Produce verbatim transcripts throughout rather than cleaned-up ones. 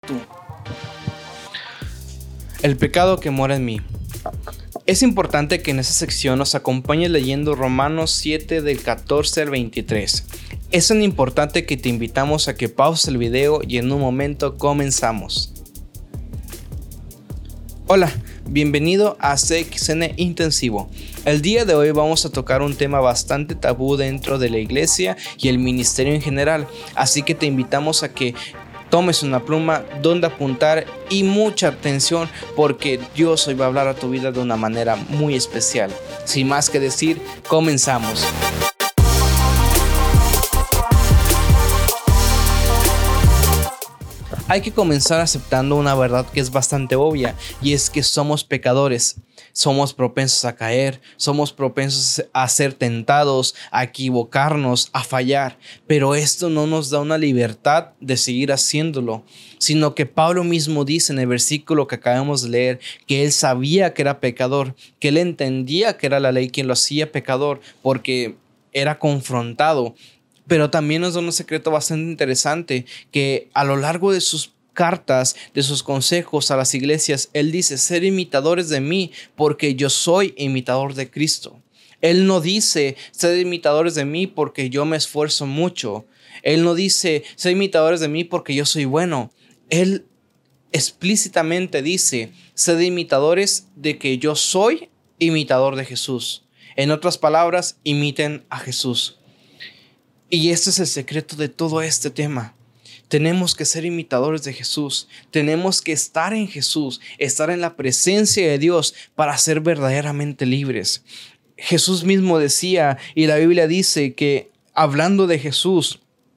tú. El pecado que mora en mí. Es importante que en esta sección nos acompañes leyendo Romanos siete del catorce al veintitrés. Es tan importante que te invitamos a que pauses el video y en un momento comenzamos. Hola, bienvenido a C X N Intensivo. El día de hoy vamos a tocar un tema bastante tabú dentro de la iglesia y el ministerio en general, así que te invitamos a que tomes una pluma donde apuntar y mucha atención, porque Dios hoy va a hablar a tu vida de una manera muy especial. Sin más que decir, comenzamos. Hay que comenzar aceptando una verdad que es bastante obvia, y es que somos pecadores. Somos propensos a caer, somos propensos a ser tentados, a equivocarnos, a fallar. Pero esto no nos da una libertad de seguir haciéndolo, sino que Pablo mismo dice en el versículo que acabamos de leer que él sabía que era pecador, que él entendía que era la ley quien lo hacía pecador porque era confrontado. Pero también nos da un secreto bastante interesante, que a lo largo de sus cartas, de sus consejos a las iglesias, él dice: ser imitadores de mí porque yo soy imitador de Cristo. Él no dice: ser imitadores de mí porque yo me esfuerzo mucho. Él no dice: ser imitadores de mí porque yo soy bueno. Él explícitamente dice: ser imitadores de que yo soy imitador de Jesús. En otras palabras, imiten a Jesús. Y este es el secreto de todo este tema. Tenemos que ser imitadores de Jesús. Tenemos que estar en Jesús, estar en la presencia de Dios para ser verdaderamente libres. Jesús mismo decía, y la Biblia dice que hablando de Jesús,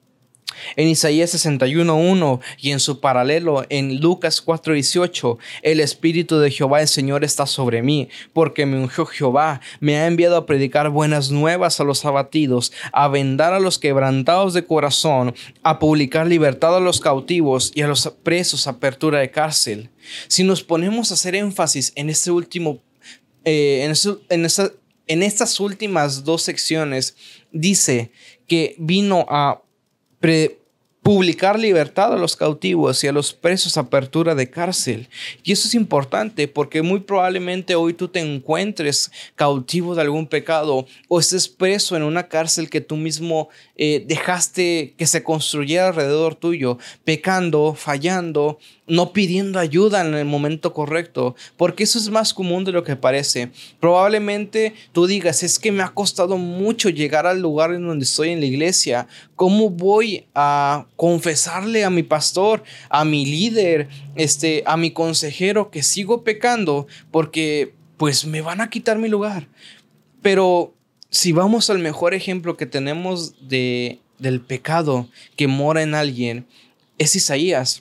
en Isaías sesenta y uno uno y en su paralelo en Lucas cuatro dieciocho, el Espíritu de Jehová el Señor está sobre mí, porque me ungió Jehová, me ha enviado a predicar buenas nuevas a los abatidos, a vendar a los quebrantados de corazón, a publicar libertad a los cautivos y a los presos apertura de cárcel. Si nos ponemos a hacer énfasis en este último, eh, en, eso, en, esa, en estas últimas dos secciones, dice que vino a Pre- publicar libertad a los cautivos y a los presos apertura de cárcel. Y eso es importante porque muy probablemente hoy tú te encuentres cautivo de algún pecado o estés preso en una cárcel que tú mismo eh, dejaste que se construyera alrededor tuyo, pecando, fallando, no pidiendo ayuda en el momento correcto, porque eso es más común de lo que parece. Probablemente tú digas: es que me ha costado mucho llegar al lugar en donde estoy en la iglesia. ¿Cómo voy a confesarle a mi pastor, a mi líder, este, a mi consejero que sigo pecando? Porque pues me van a quitar mi lugar. Pero si vamos al mejor ejemplo que tenemos de, del pecado que mora en alguien, es Isaías.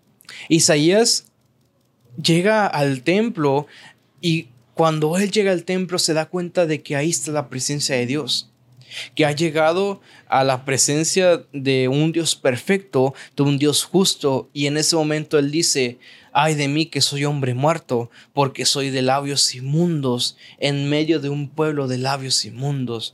Isaías llega al templo y cuando él llega al templo se da cuenta de que ahí está la presencia de Dios, que ha llegado a la presencia de un Dios perfecto, de un Dios justo, y en ese momento él dice: ay de mí que soy hombre muerto, porque soy de labios inmundos, en medio de un pueblo de labios inmundos.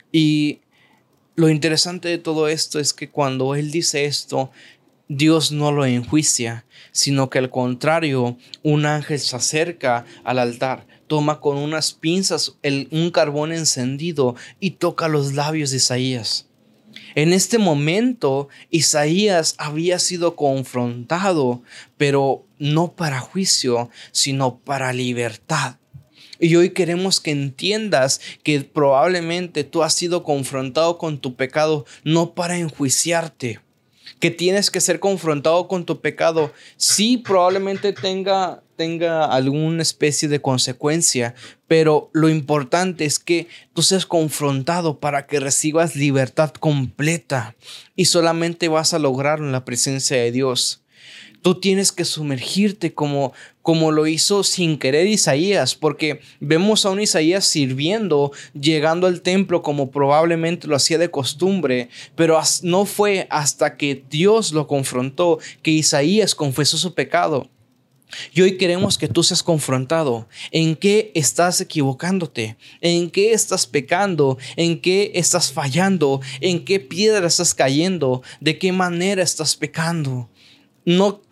Y lo interesante de todo esto es que cuando él dice esto, Dios no lo enjuicia, sino que al contrario, un ángel se acerca al altar, toma con unas pinzas el, un carbón encendido y toca los labios de Isaías. En este momento, Isaías había sido confrontado, pero no para juicio, sino para libertad. Y hoy queremos que entiendas que probablemente tú has sido confrontado con tu pecado no para enjuiciarte, que tienes que ser confrontado con tu pecado. Sí, probablemente tenga, tenga alguna especie de consecuencia, pero lo importante es que tú seas confrontado para que recibas libertad completa, y solamente vas a lograrlo en la presencia de Dios. Tú tienes que sumergirte como, como lo hizo sin querer Isaías, porque vemos a un Isaías sirviendo, llegando al templo como probablemente lo hacía de costumbre, pero no fue hasta que Dios lo confrontó que Isaías confesó su pecado. Y hoy queremos que tú seas confrontado. ¿En qué estás equivocándote? ¿En qué estás pecando? ¿En qué estás fallando? ¿En qué piedra estás cayendo? ¿De qué manera estás pecando? No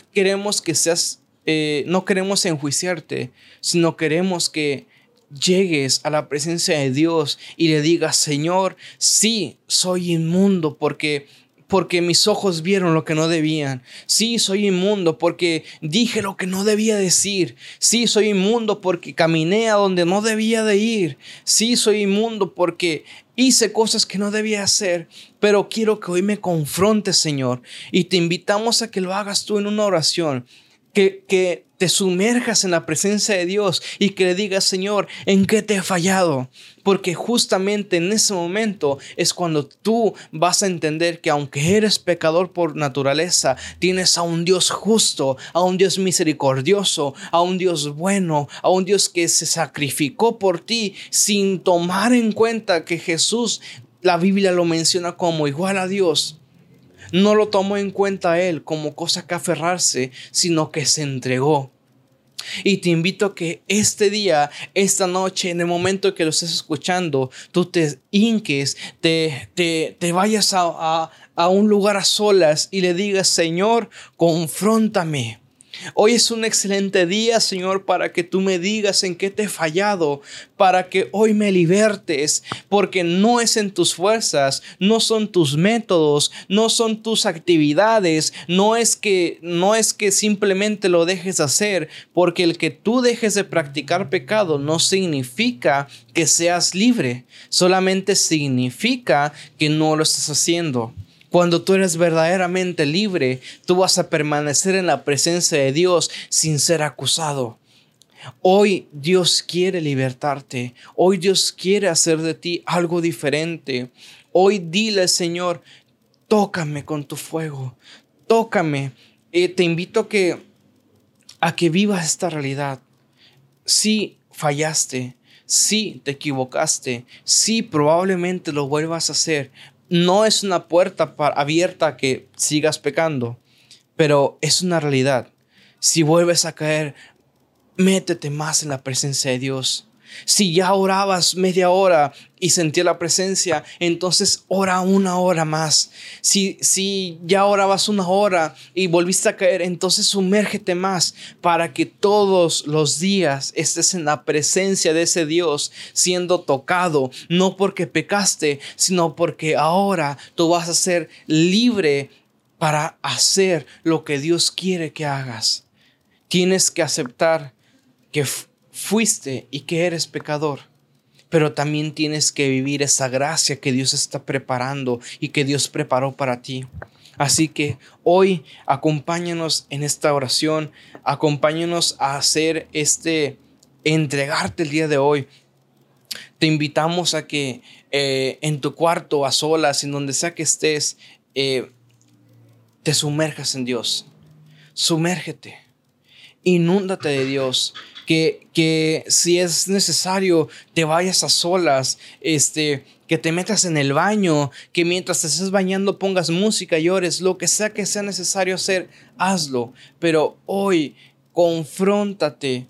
queremos que seas, eh, no queremos enjuiciarte, sino queremos que llegues a la presencia de Dios y le digas: Señor, sí, soy inmundo porque porque mis ojos vieron lo que no debían. Sí, soy inmundo porque dije lo que no debía decir. Sí, soy inmundo porque caminé a donde no debía de ir. Sí, soy inmundo porque hice cosas que no debía hacer. Pero quiero que hoy me confrontes, Señor, y te invitamos a que lo hagas tú en una oración. Que, que te sumerjas en la presencia de Dios y que le digas: Señor, ¿en qué te he fallado? Porque justamente en ese momento es cuando tú vas a entender que aunque eres pecador por naturaleza, tienes a un Dios justo, a un Dios misericordioso, a un Dios bueno, a un Dios que se sacrificó por ti sin tomar en cuenta que Jesús, la Biblia lo menciona como igual a Dios. No lo tomó en cuenta a él como cosa que aferrarse, sino que se entregó. Y te invito a que este día, esta noche, en el momento que lo estés escuchando, tú te hinques, te, te, te vayas a, a, a un lugar a solas y le digas: Señor, confróntame. Hoy es un excelente día, Señor, para que tú me digas en qué te he fallado, para que hoy me libertes, porque no es en tus fuerzas, no son tus métodos, no son tus actividades, no es que, no es que simplemente lo dejes hacer, porque el que tú dejes de practicar pecado no significa que seas libre, solamente significa que no lo estás haciendo. Cuando tú eres verdaderamente libre, tú vas a permanecer en la presencia de Dios sin ser acusado. Hoy Dios quiere libertarte. Hoy Dios quiere hacer de ti algo diferente. Hoy dile: Señor, tócame con tu fuego. Tócame. Eh, te invito a que, a que vivas esta realidad. Sí, fallaste. Sí, te equivocaste. Sí, probablemente lo vuelvas a hacer. No es una puerta para, abierta a que sigas pecando, pero es una realidad. Si vuelves a caer, métete más en la presencia de Dios. Si ya orabas media hora y sentías la presencia, entonces ora una hora más. Si, si ya orabas una hora y volviste a caer, entonces sumérgete más para que todos los días estés en la presencia de ese Dios siendo tocado, no porque pecaste, sino porque ahora tú vas a ser libre para hacer lo que Dios quiere que hagas. Tienes que aceptar que fuiste y que eres pecador, pero también tienes que vivir esa gracia que Dios está preparando y que Dios preparó para ti. Así que hoy acompáñanos en esta oración, acompáñanos a hacer este, entregarte el día de hoy. Te invitamos a que eh, en tu cuarto, a solas, en donde sea que estés, eh, te sumerjas en Dios. Sumérgete, inúndate de Dios. Que, que si es necesario te vayas a solas, este, que te metas en el baño, que mientras te estés bañando pongas música y ores, lo que sea que sea necesario hacer, hazlo. Pero hoy confróntate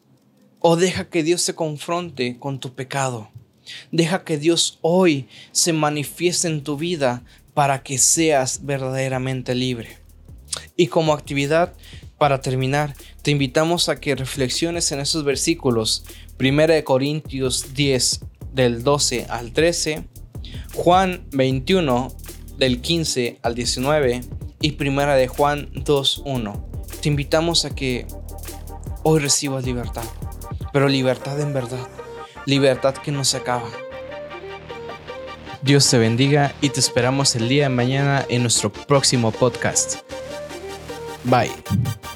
o deja que Dios se confronte con tu pecado. Deja que Dios hoy se manifieste en tu vida para que seas verdaderamente libre. Y como actividad, para terminar, te invitamos a que reflexiones en esos versículos. Primera de Corintios diez, del doce al trece. Juan veintiuno, del quince al diecinueve. Y Primera de Juan dos, uno. Te invitamos a que hoy recibas libertad. Pero libertad en verdad. Libertad que no se acaba. Dios te bendiga y te esperamos el día de mañana en nuestro próximo podcast. Bye.